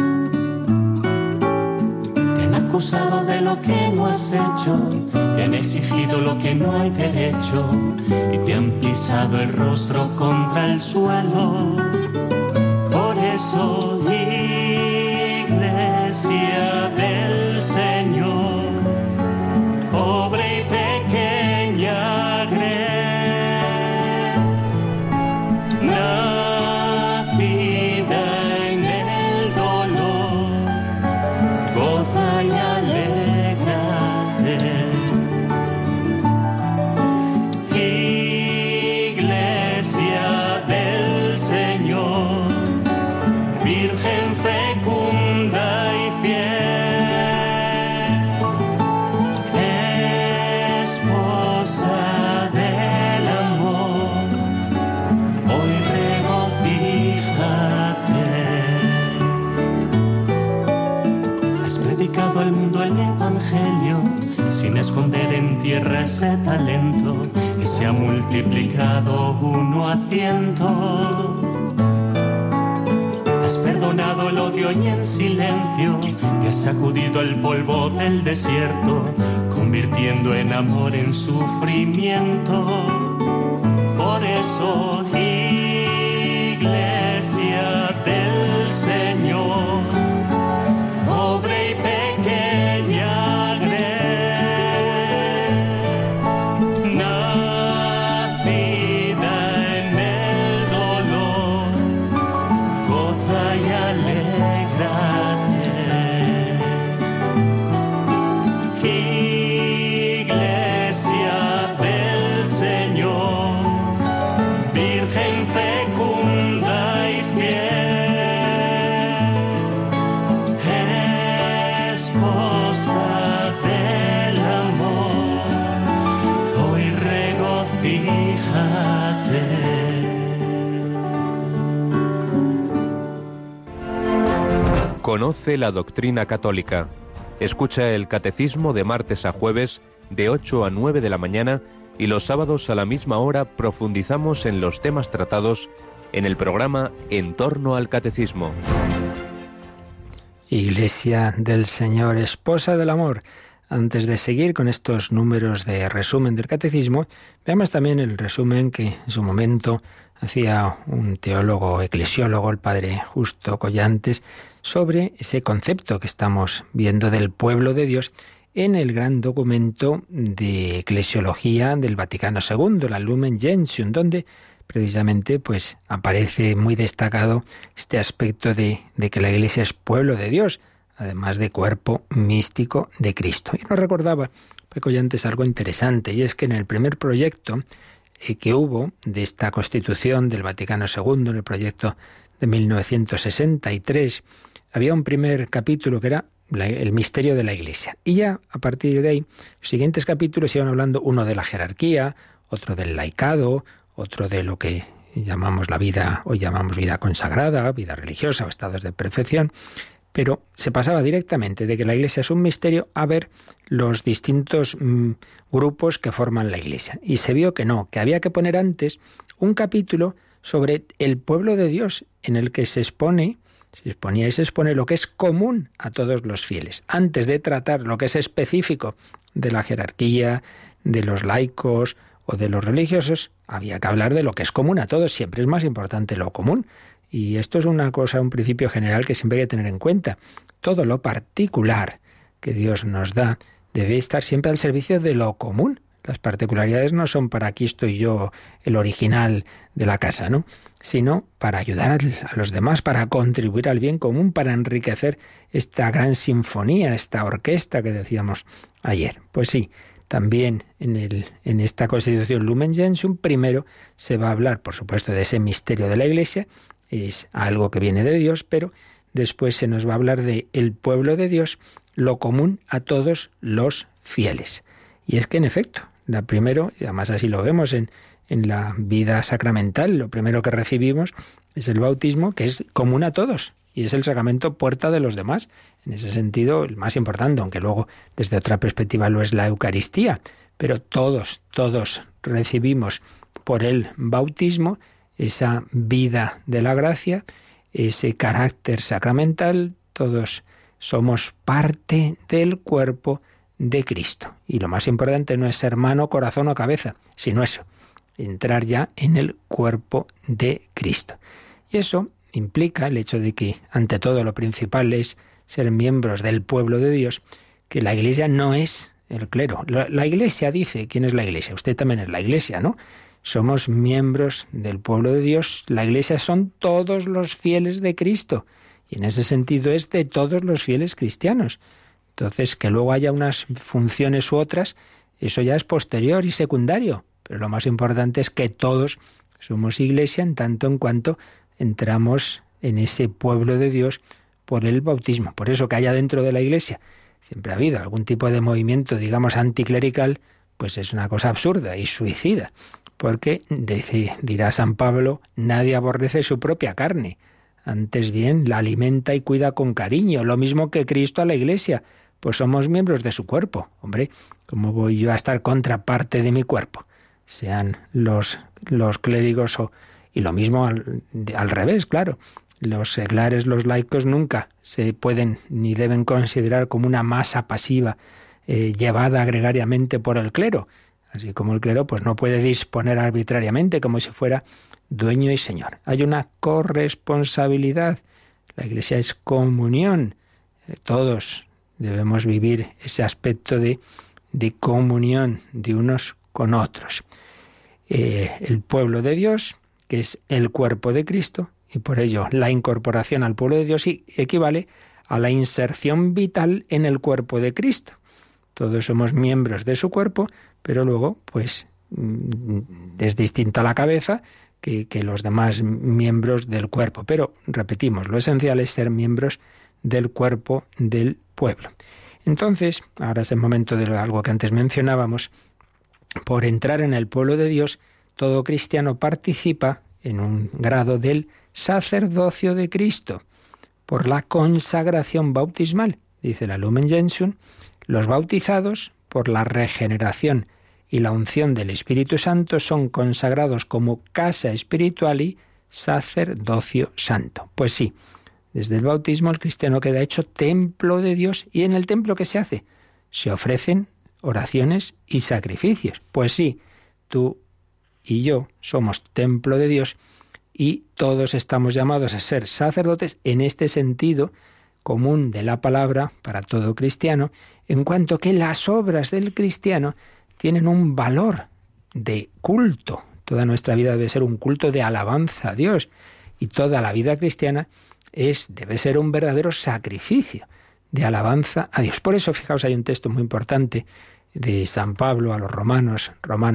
Acusado de lo que no has hecho, te han exigido lo que no hay derecho y te han pisado el rostro contra el suelo. Por eso, Iglesia del Señor, pobre y pequeña, nacida en el dolor, goza y alégrate. Iglesia del Señor, Virgen fecunda y fiel, esposa del amor, hoy regocíjate. Has predicado al mundo el Evangelio sin esconder en tierra ese talento que se ha multiplicado 1 a 100. Has perdonado el odio y en silencio te has sacudido el polvo del desierto, convirtiendo en amor en sufrimiento. Por eso, Iglesia del Señor, pobre y pequeña, nacida en el dolor, goza y alégrate. Iglesia del Señor, Virgen fecunda y fiel, esposa del amor, hoy regocíjate. Conoce la doctrina católica. Escucha el catecismo de martes a jueves de 8 a 9 de la mañana y los sábados a la misma hora profundizamos en los temas tratados en el programa En torno al catecismo. Iglesia del Señor, esposa del amor. Antes de seguir con estos números de resumen del catecismo, veamos también el resumen que en su momento hacía un teólogo eclesiólogo, el padre Justo Collantes, sobre ese concepto que estamos viendo del pueblo de Dios en el gran documento de eclesiología del Vaticano II, la Lumen Gentium, donde precisamente pues aparece muy destacado este aspecto de que la Iglesia es pueblo de Dios, además de cuerpo místico de Cristo. Y nos recordaba Collantes algo interesante, y es que en el primer proyecto que hubo de esta Constitución del Vaticano II, en el proyecto de 1963, había un primer capítulo que era el misterio de la Iglesia. Y ya a partir de ahí, los siguientes capítulos iban hablando uno de la jerarquía, otro del laicado, otro de lo que llamamos la vida, hoy llamamos vida consagrada, vida religiosa o estados de perfección. Pero se pasaba directamente de que la Iglesia es un misterio a ver los distintos grupos que forman la Iglesia. Y se vio que no, que había que poner antes un capítulo sobre el pueblo de Dios, en el que se expone lo que es común a todos los fieles, antes de tratar lo que es específico de la jerarquía, de los laicos o de los religiosos. Había que hablar de lo que es común a todos, siempre es más importante lo común. Y esto es una cosa, un principio general que siempre hay que tener en cuenta. Todo lo particular que Dios nos da debe estar siempre al servicio de lo común. Las particularidades no son para aquí estoy yo, el original de la casa, ¿no? Sino para ayudar a los demás, para contribuir al bien común, para enriquecer esta gran sinfonía, esta orquesta que decíamos ayer. Pues sí, también en esta Constitución Lumen Gentium primero se va a hablar, por supuesto, de ese misterio de la Iglesia, es algo que viene de Dios, pero después se nos va a hablar de el pueblo de Dios, lo común a todos los fieles. Y es que, en efecto, primero, y además así lo vemos en la vida sacramental, lo primero que recibimos es el bautismo, que es común a todos, y es el sacramento puerta de los demás. En ese sentido, el más importante, aunque luego desde otra perspectiva lo es la Eucaristía, pero todos recibimos por el bautismo esa vida de la gracia, ese carácter sacramental, todos somos parte del cuerpo de Cristo. Y lo más importante no es ser mano, corazón o cabeza, sino eso, entrar ya en el cuerpo de Cristo. Y eso implica el hecho de que, ante todo, lo principal es ser miembros del pueblo de Dios, que la Iglesia no es el clero. La Iglesia dice, ¿quién es la Iglesia? Usted también es la Iglesia, ¿no? Somos miembros del pueblo de Dios. La Iglesia son todos los fieles de Cristo. Y en ese sentido es de todos los fieles cristianos. Entonces, que luego haya unas funciones u otras, eso ya es posterior y secundario. Pero lo más importante es que todos somos Iglesia en tanto en cuanto entramos en ese pueblo de Dios por el bautismo. Por eso que haya dentro de la Iglesia siempre ha habido algún tipo de movimiento, digamos, anticlerical, pues es una cosa absurda y suicida. Porque, dirá San Pablo, nadie aborrece su propia carne. Antes bien, la alimenta y cuida con cariño, lo mismo que Cristo a la Iglesia. Pues somos miembros de su cuerpo. Hombre, ¿cómo voy yo a estar contraparte de mi cuerpo? Sean los clérigos y lo mismo al revés, claro. Los seglares, los laicos nunca se pueden ni deben considerar como una masa pasiva llevada gregariamente por el clero. Así como el clero pues no puede disponer arbitrariamente como si fuera dueño y señor. Hay una corresponsabilidad. La Iglesia es comunión. Todos debemos vivir ese aspecto de comunión de unos con otros. El pueblo de Dios, que es el cuerpo de Cristo, y por ello la incorporación al pueblo de Dios equivale a la inserción vital en el cuerpo de Cristo. Todos somos miembros de su cuerpo, pero luego, pues, es distinta la cabeza que los demás miembros del cuerpo. Pero, repetimos, lo esencial es ser miembros del cuerpo del pueblo. Entonces, ahora es el momento de algo que antes mencionábamos. Por entrar en el pueblo de Dios, todo cristiano participa en un grado del sacerdocio de Cristo, por la consagración bautismal. Dice la Lumen Gentium, los bautizados, por la regeneración y la unción del Espíritu Santo, son consagrados como casa espiritual y sacerdocio santo. Pues sí, desde el bautismo el cristiano queda hecho templo de Dios. ¿Y en el templo qué se hace? Se ofrecen oraciones y sacrificios. Pues sí, tú y yo somos templo de Dios y todos estamos llamados a ser sacerdotes en este sentido común de la palabra para todo cristiano, en cuanto que las obras del cristiano tienen un valor de culto. Toda nuestra vida debe ser un culto de alabanza a Dios y toda la vida cristiana debe ser un verdadero sacrificio de alabanza a Dios. Por eso, fijaos, hay un texto muy importante de San Pablo a los Romanos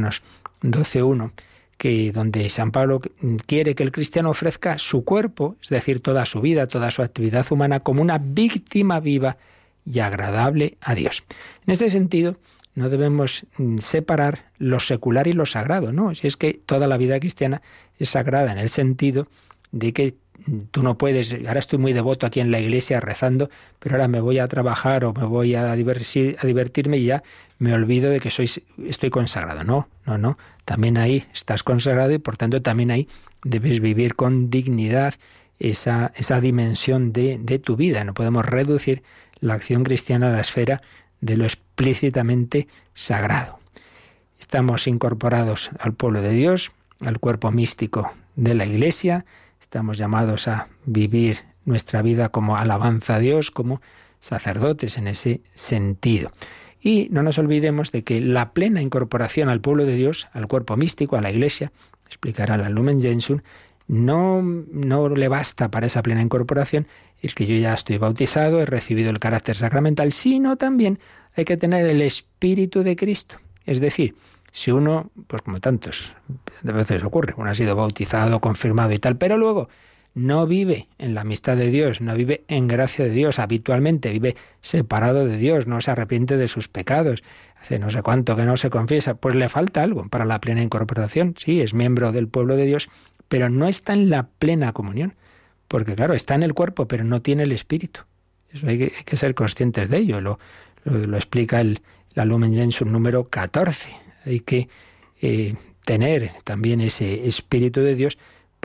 12:1, que donde San Pablo quiere que el cristiano ofrezca su cuerpo, es decir, toda su vida, toda su actividad humana, como una víctima viva y agradable a Dios. En este sentido, no debemos separar lo secular y lo sagrado, ¿no? Si es que toda la vida cristiana es sagrada en el sentido de que tú no puedes, ahora estoy muy devoto aquí en la iglesia rezando, pero ahora me voy a trabajar o me voy a divertirme y ya me olvido de que estoy consagrado. No. También ahí estás consagrado y por tanto también ahí debes vivir con dignidad esa dimensión de tu vida. No podemos reducir la acción cristiana a la esfera de lo explícitamente sagrado. Estamos incorporados al pueblo de Dios, al cuerpo místico de la Iglesia. Estamos llamados a vivir nuestra vida como alabanza a Dios, como sacerdotes en ese sentido. Y no nos olvidemos de que la plena incorporación al pueblo de Dios, al cuerpo místico, a la Iglesia, explicará la Lumen Gentium, no le basta para esa plena incorporación el que yo ya estoy bautizado, he recibido el carácter sacramental, sino también hay que tener el Espíritu de Cristo. Es decir, si uno, pues como tantos de veces ocurre, uno ha sido bautizado, confirmado y tal, pero luego no vive en la amistad de Dios, no vive en gracia de Dios, habitualmente vive separado de Dios, no se arrepiente de sus pecados, hace no sé cuánto que no se confiesa, pues le falta algo para la plena incorporación. Sí, es miembro del pueblo de Dios, pero no está en la plena comunión, porque claro, está en el cuerpo, pero no tiene el Espíritu. Eso hay que ser conscientes de ello, lo explica la Lumen Gentium número 14. Hay que tener también ese Espíritu de Dios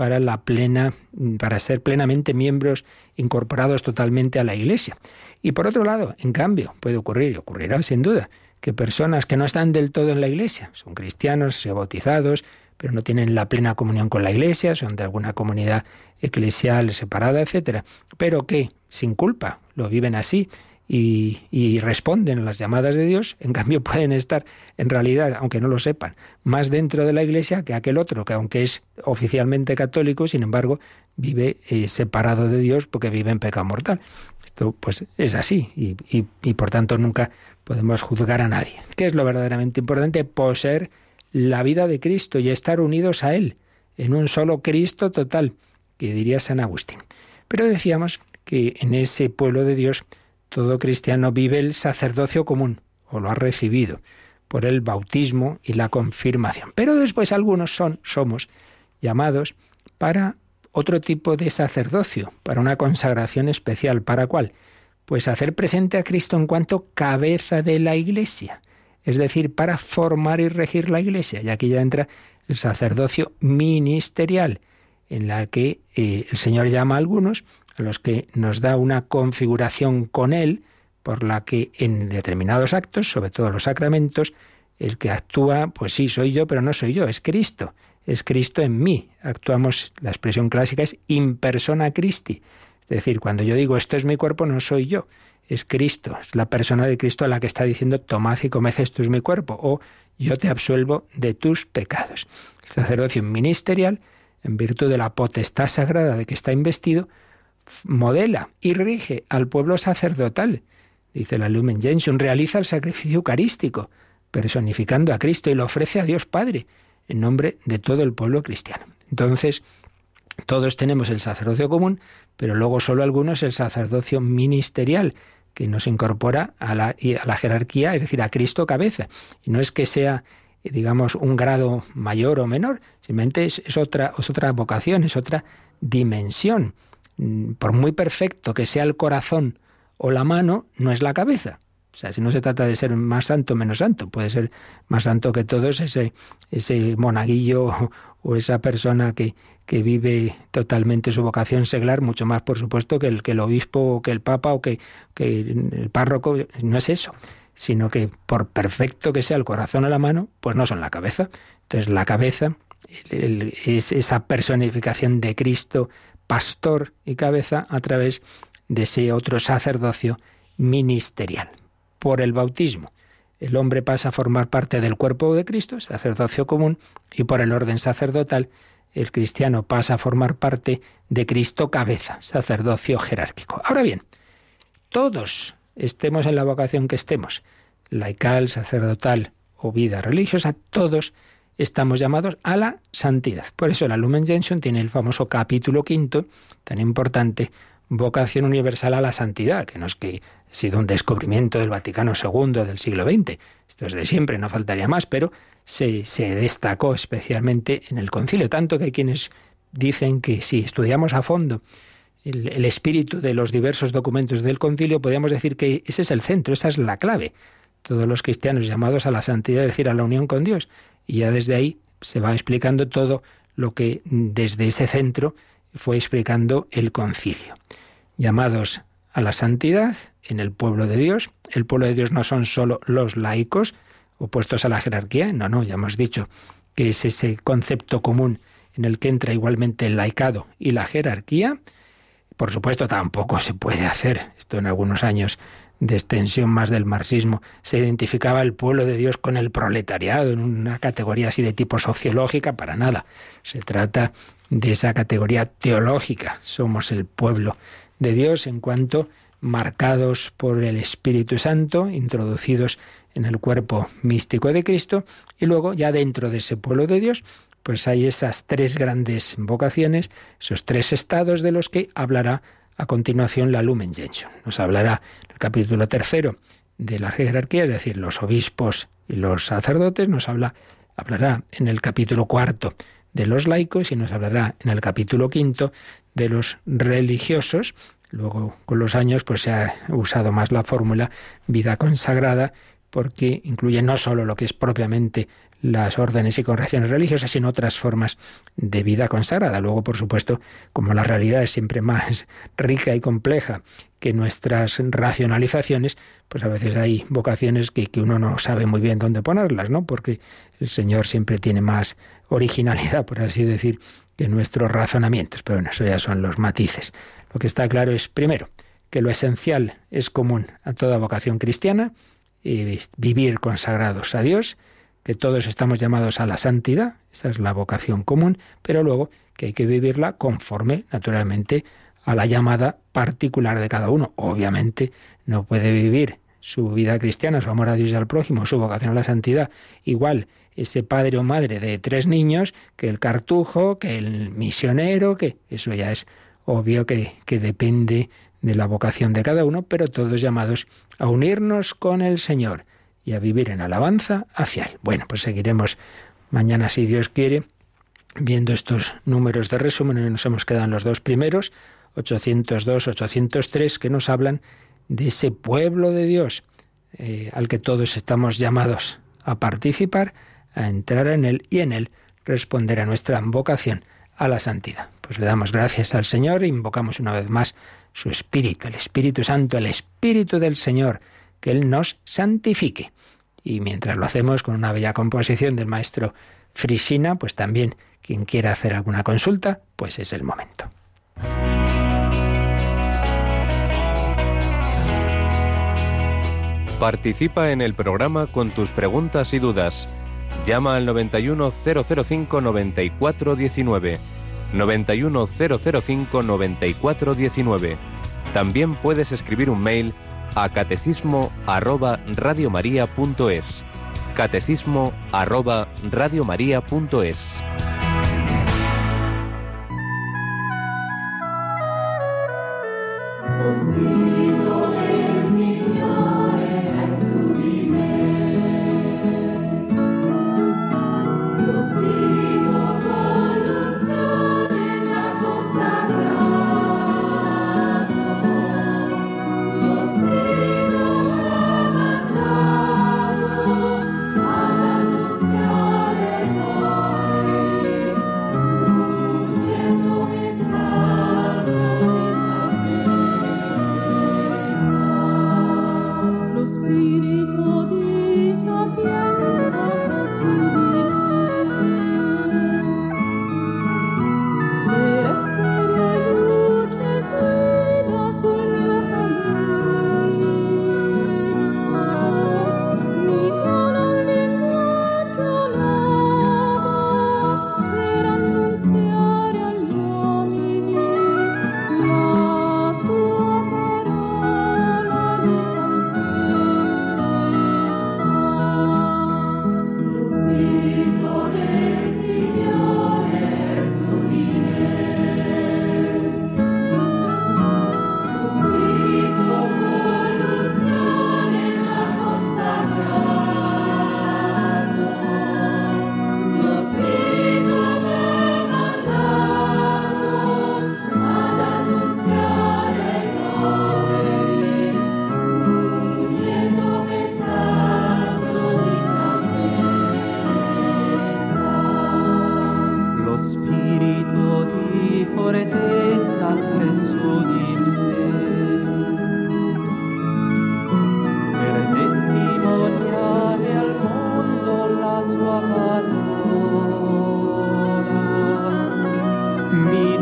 para ser plenamente miembros incorporados totalmente a la Iglesia. Y por otro lado, en cambio, puede ocurrir, y ocurrirá sin duda, que personas que no están del todo en la Iglesia, son cristianos, son bautizados, pero no tienen la plena comunión con la Iglesia, son de alguna comunidad eclesial separada, etcétera, pero que sin culpa lo viven así y responden a las llamadas de Dios, en cambio pueden estar, en realidad, aunque no lo sepan, más dentro de la Iglesia que aquel otro, que aunque es oficialmente católico, sin embargo, vive separado de Dios porque vive en pecado mortal. Esto pues es así y por tanto nunca podemos juzgar a nadie. ¿Qué es lo verdaderamente importante? Poseer la vida de Cristo y estar unidos a Él, en un solo Cristo total, que diría San Agustín. Pero decíamos que en ese pueblo de Dios todo cristiano vive el sacerdocio común, o lo ha recibido, por el bautismo y la confirmación. Pero después algunos somos llamados para otro tipo de sacerdocio, para una consagración especial. ¿Para cuál? Pues hacer presente a Cristo en cuanto cabeza de la Iglesia, es decir, para formar y regir la Iglesia. Y aquí ya entra el sacerdocio ministerial, en la que el Señor llama a algunos, a los que nos da una configuración con Él, por la que en determinados actos, sobre todo los sacramentos, el que actúa, pues sí, soy yo, pero no soy yo, es Cristo en mí. Actuamos, la expresión clásica es in persona Christi, es decir, cuando yo digo esto es mi cuerpo, no soy yo, es Cristo, es la persona de Cristo a la que está diciendo tomad y comed, esto es mi cuerpo, o yo te absuelvo de tus pecados. El sacerdocio ministerial, en virtud de la potestad sagrada de que está investido, modela y rige al pueblo sacerdotal. Dice la Lumen Gentium, realiza el sacrificio eucarístico, personificando a Cristo y lo ofrece a Dios Padre, en nombre de todo el pueblo cristiano. Entonces, todos tenemos el sacerdocio común, pero luego solo algunos el sacerdocio ministerial, que nos incorpora a la jerarquía, es decir, a Cristo cabeza. Y no es que sea, digamos, un grado mayor o menor, simplemente es otra vocación, es otra dimensión. Por muy perfecto que sea el corazón o la mano, no es la cabeza. O sea, si no se trata de ser más santo o menos santo, puede ser más santo que todos ese monaguillo o esa persona que vive totalmente su vocación seglar, mucho más, por supuesto, que el obispo o que el papa o que el párroco. No es eso, sino que por perfecto que sea el corazón o la mano, pues no son la cabeza. Entonces la cabeza es esa personificación de Cristo, pastor y cabeza, a través de ese otro sacerdocio ministerial. Por el bautismo, el hombre pasa a formar parte del cuerpo de Cristo, sacerdocio común, y por el orden sacerdotal, el cristiano pasa a formar parte de Cristo cabeza, sacerdocio jerárquico. Ahora bien, todos, estemos en la vocación que estemos, laical, sacerdotal o vida religiosa, todos estamos llamados a la santidad. Por eso la Lumen Gentium tiene el famoso capítulo 5, tan importante, vocación universal a la santidad, que no es que ha sido un descubrimiento del Vaticano II del siglo XX, esto es de siempre, no faltaría más, pero se destacó especialmente en el concilio, tanto que hay quienes dicen que si estudiamos a fondo el espíritu de los diversos documentos del concilio, podríamos decir que ese es el centro, esa es la clave. Todos los cristianos llamados a la santidad, es decir, a la unión con Dios, y ya desde ahí se va explicando todo lo que desde ese centro fue explicando el concilio. Llamados a la santidad en el pueblo de Dios. El pueblo de Dios no son solo los laicos opuestos a la jerarquía, no, ya hemos dicho que es ese concepto común en el que entra igualmente el laicado y la jerarquía. Por supuesto, tampoco se puede hacer, esto en algunos años de extensión más del marxismo. Se identificaba el pueblo de Dios con el proletariado en una categoría así de tipo sociológica, para nada. Se trata de esa categoría teológica. Somos el pueblo de Dios en cuanto marcados por el Espíritu Santo, introducidos en el cuerpo místico de Cristo, y luego ya dentro de ese pueblo de Dios pues hay esas tres grandes vocaciones, esos tres estados de los que hablará a continuación la Lumen Gentium. Nos hablará en el capítulo 3 de la jerarquía, es decir, los obispos y los sacerdotes, hablará en el capítulo 4 de los laicos y nos hablará en el capítulo 5 de los religiosos. Luego, con los años, pues se ha usado más la fórmula vida consagrada, porque incluye no solo lo que es propiamente las órdenes y congregaciones religiosas, sino otras formas de vida consagrada. Luego, por supuesto, como la realidad es siempre más rica y compleja que nuestras racionalizaciones, pues a veces hay vocaciones que uno no sabe muy bien dónde ponerlas, ¿no? Porque el Señor siempre tiene más originalidad, por así decir, que nuestros razonamientos. Pero bueno, eso ya son los matices. Lo que está claro es, primero, que lo esencial es común a toda vocación cristiana, y vivir consagrados a Dios, que todos estamos llamados a la santidad, esa es la vocación común, pero luego que hay que vivirla conforme, naturalmente, a la llamada particular de cada uno. Obviamente no puede vivir su vida cristiana, su amor a Dios y al prójimo, su vocación a la santidad, igual ese padre o madre de 3 niños, que el cartujo, que el misionero, que eso ya es obvio que depende de la vocación de cada uno, pero todos llamados a unirnos con el Señor y a vivir en alabanza hacia Él. Bueno, pues seguiremos mañana, si Dios quiere, viendo estos números de resumen. Nos hemos quedado en los 2 primeros, 802, 803, que nos hablan de ese pueblo de Dios al que todos estamos llamados a participar, a entrar en Él y en Él responder a nuestra vocación a la santidad. Pues le damos gracias al Señor e invocamos una vez más su Espíritu, el Espíritu Santo, el Espíritu del Señor, que Él nos santifique. Y mientras lo hacemos con una bella composición del maestro Frisina, pues también quien quiera hacer alguna consulta, pues es el momento. Participa en el programa con tus preguntas y dudas. Llama al 91005-9419. 91005-9419. También puedes escribir un mail a catecismo@radiomaria.es. catecismo@radiomaria.es.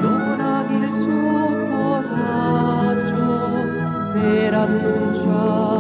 per annunciare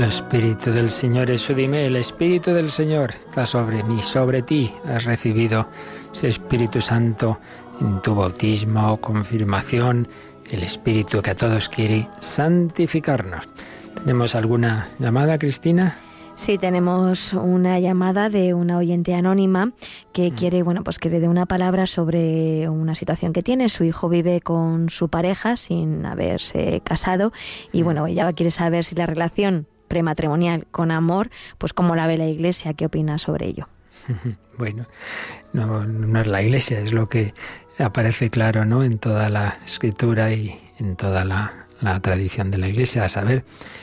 Espíritu del Señor es dime, el Espíritu del Señor está sobre mí, sobre ti. Has recibido ese Espíritu Santo en tu bautismo o confirmación, el Espíritu que a todos quiere santificarnos. ¿Tenemos alguna llamada, Cristina? Sí, tenemos una llamada de una oyente anónima que quiere, pues que le dé una palabra sobre una situación que tiene. Su hijo vive con su pareja sin haberse casado y ella quiere saber si la relación prematrimonial con amor, pues cómo la ve la Iglesia, ¿qué opina sobre ello? Bueno, no es la Iglesia, es lo que aparece claro, ¿no?, en toda la Escritura y en toda la tradición de la Iglesia, a saber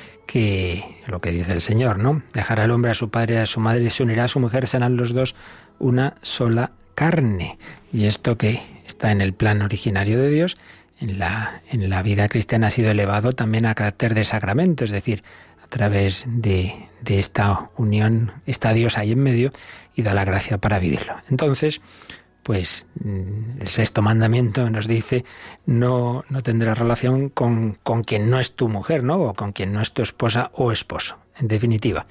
que lo que dice el Señor, ¿no? Dejará el hombre a su padre y a su madre, se unirá a su mujer, serán los dos una sola carne. Y esto que está en el plan originario de Dios, en la vida cristiana ha sido elevado también a carácter de sacramento, es decir, a través de esta unión está Dios ahí en medio y da la gracia para vivirlo. Entonces, pues el sexto mandamiento nos dice no tendrás relación con quien no es tu mujer, ¿no?, o con quien no es tu esposa o esposo. En definitiva,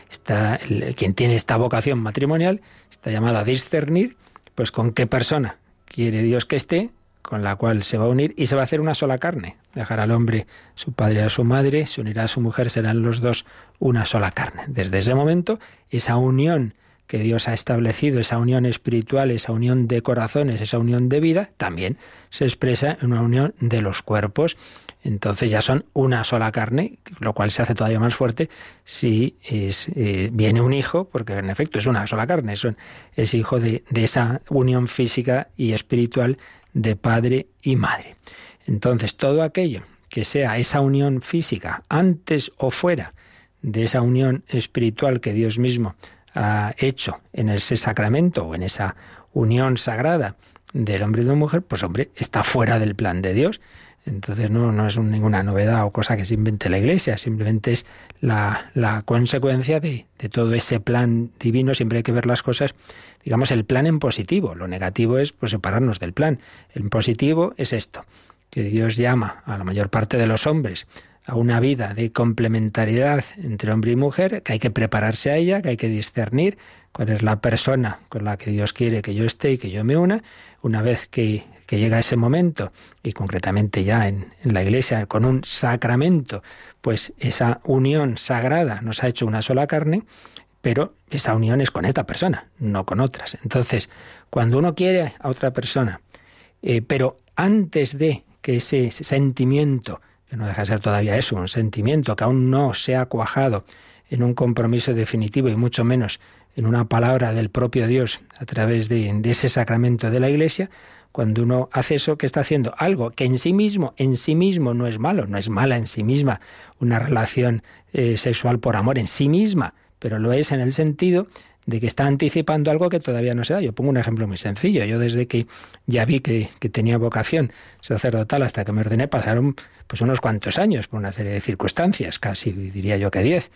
quien tiene esta vocación matrimonial está llamado a discernir pues con qué persona quiere Dios que esté, con la cual se va a unir y se va a hacer una sola carne. Dejará al hombre su padre y a su madre, se unirá a su mujer, serán los dos una sola carne. Desde ese momento, esa unión que Dios ha establecido, esa unión espiritual, esa unión de corazones, esa unión de vida, también se expresa en una unión de los cuerpos. Entonces ya son una sola carne, lo cual se hace todavía más fuerte si viene un hijo, porque en efecto es una sola carne, es hijo de esa unión física y espiritual de padre y madre. Entonces todo aquello que sea esa unión física antes o fuera de esa unión espiritual que Dios mismo ha hecho en ese sacramento o en esa unión sagrada del hombre y de la mujer, pues hombre, está fuera del plan de Dios. Entonces no es ninguna novedad o cosa que se invente la Iglesia, simplemente es la consecuencia de todo ese plan divino. Siempre hay que ver las cosas, digamos, el plan en positivo. Lo negativo es pues separarnos del plan. En positivo es esto, que Dios llama a la mayor parte de los hombres a una vida de complementariedad entre hombre y mujer, que hay que prepararse a ella, que hay que discernir cuál es la persona con la que Dios quiere que yo esté y que yo me una. Una vez que llega ese momento, y concretamente ya en la Iglesia, con un sacramento, pues esa unión sagrada nos ha hecho una sola carne, pero esa unión es con esta persona, no con otras. Entonces, cuando uno quiere a otra persona, pero antes de que ese sentimiento, que no deja de ser todavía eso, un sentimiento que aún no se ha cuajado en un compromiso definitivo y mucho menos en una palabra del propio Dios a través de ese sacramento de la Iglesia, cuando uno hace eso, ¿qué está haciendo? Algo que en sí mismo no es malo, no es mala en sí misma una relación sexual por amor en sí misma, pero lo es en el sentido de que está anticipando algo que todavía no se da. Yo pongo un ejemplo muy sencillo. Yo desde que ya vi que tenía vocación sacerdotal hasta que me ordené pasaron pues unos cuantos años por una serie de circunstancias, casi diría yo que 10.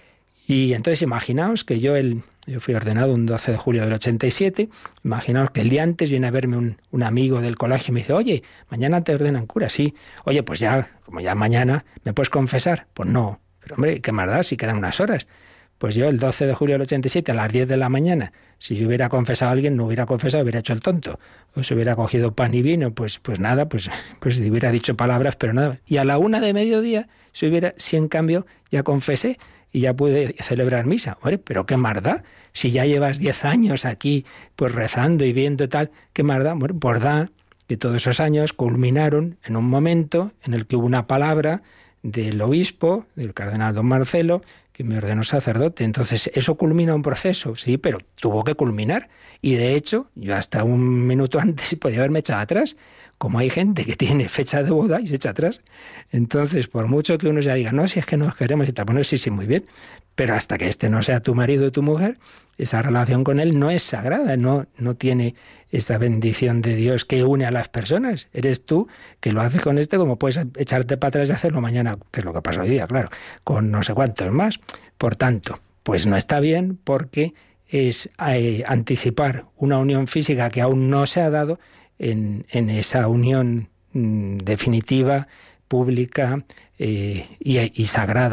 Y entonces imaginaos que yo fui ordenado un 12 de julio del 87, imaginaos que el día antes viene a verme un amigo del colegio y me dice, oye, mañana te ordenan cura, sí. Oye, pues ya, como ya mañana, ¿me puedes confesar? Pues no. Pero hombre, ¿qué más da si quedan unas horas? Pues yo el 12 de julio del 87 a las 10 de la mañana, si yo hubiera confesado a alguien, no hubiera confesado, hubiera hecho el tonto. O si hubiera cogido pan y vino, pues nada, pues hubiera dicho palabras, pero nada. Y a la 1 de mediodía, si en cambio ya confesé y ya pude celebrar misa. Hombre, pero qué más da. Si ya llevas 10 años aquí, pues rezando y viendo tal, qué más da. Bueno, pues da que todos esos años culminaron en un momento en el que hubo una palabra del obispo, del cardenal don Marcelo, que me ordenó sacerdote. Entonces, ¿eso culmina un proceso? Sí, pero tuvo que culminar. Y de hecho, yo hasta un minuto antes podía haberme echado atrás. Como hay gente que tiene fecha de boda y se echa atrás. Entonces, por mucho que uno ya diga, no, si es que nos queremos y tal, bueno, sí, muy bien. Pero hasta que este no sea tu marido o tu mujer, esa relación con él no es sagrada, no tiene esa bendición de Dios que une a las personas. Eres tú que lo haces con este, como puedes echarte para atrás y hacerlo mañana, que es lo que pasa hoy día, claro, con no sé cuántos más. Por tanto, pues no está bien porque es anticipar una unión física que aún no se ha dado en esa unión definitiva, pública y sagrada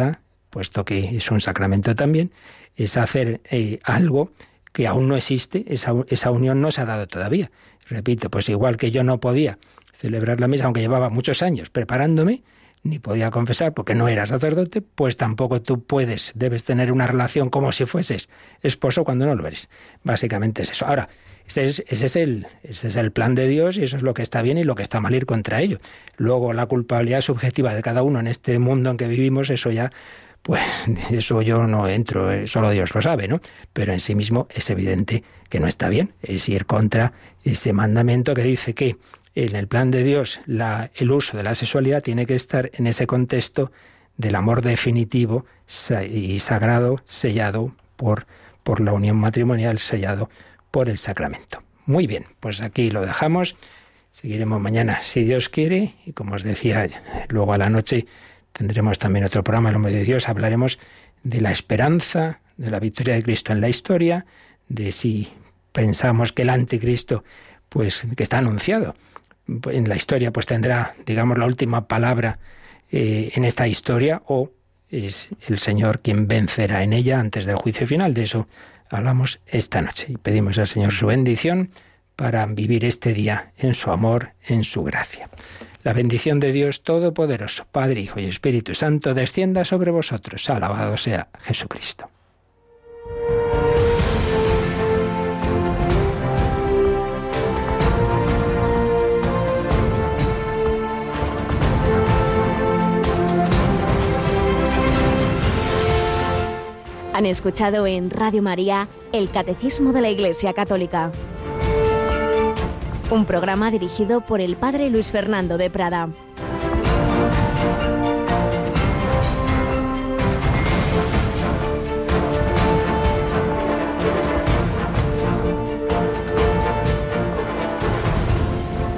puesto que es un sacramento también, es hacer algo que aún no existe, esa unión no se ha dado todavía. Repito, pues igual que yo no podía celebrar la misa, aunque llevaba muchos años preparándome, ni podía confesar porque no era sacerdote, pues tampoco tú debes tener una relación como si fueses esposo cuando no lo eres. Básicamente es eso. Ahora, ese es el plan de Dios y eso es lo que está bien y lo que está mal ir contra ello. Luego la culpabilidad subjetiva de cada uno en este mundo en que vivimos, eso ya, pues eso yo no entro, solo Dios lo sabe, ¿no? Pero en sí mismo es evidente que no está bien, es ir contra ese mandamiento que dice que en el plan de Dios el uso de la sexualidad tiene que estar en ese contexto del amor definitivo y sagrado, sellado por la unión matrimonial, sellado por el sacramento. Muy bien, pues aquí lo dejamos. Seguiremos mañana, si Dios quiere, y como os decía, luego a la noche tendremos también otro programa, El Hombre de Dios. Hablaremos de la esperanza, de la victoria de Cristo en la historia, de si pensamos que el anticristo, pues que está anunciado en la historia, pues tendrá, digamos, la última palabra en esta historia, o es el Señor quien vencerá en ella antes del juicio final. De eso hablamos esta noche y pedimos al Señor su bendición para vivir este día en su amor, en su gracia. La bendición de Dios Todopoderoso, Padre, Hijo y Espíritu Santo, descienda sobre vosotros. Alabado sea Jesucristo. Han escuchado en Radio María el Catecismo de la Iglesia Católica, un programa dirigido por el Padre Luis Fernando de Prada.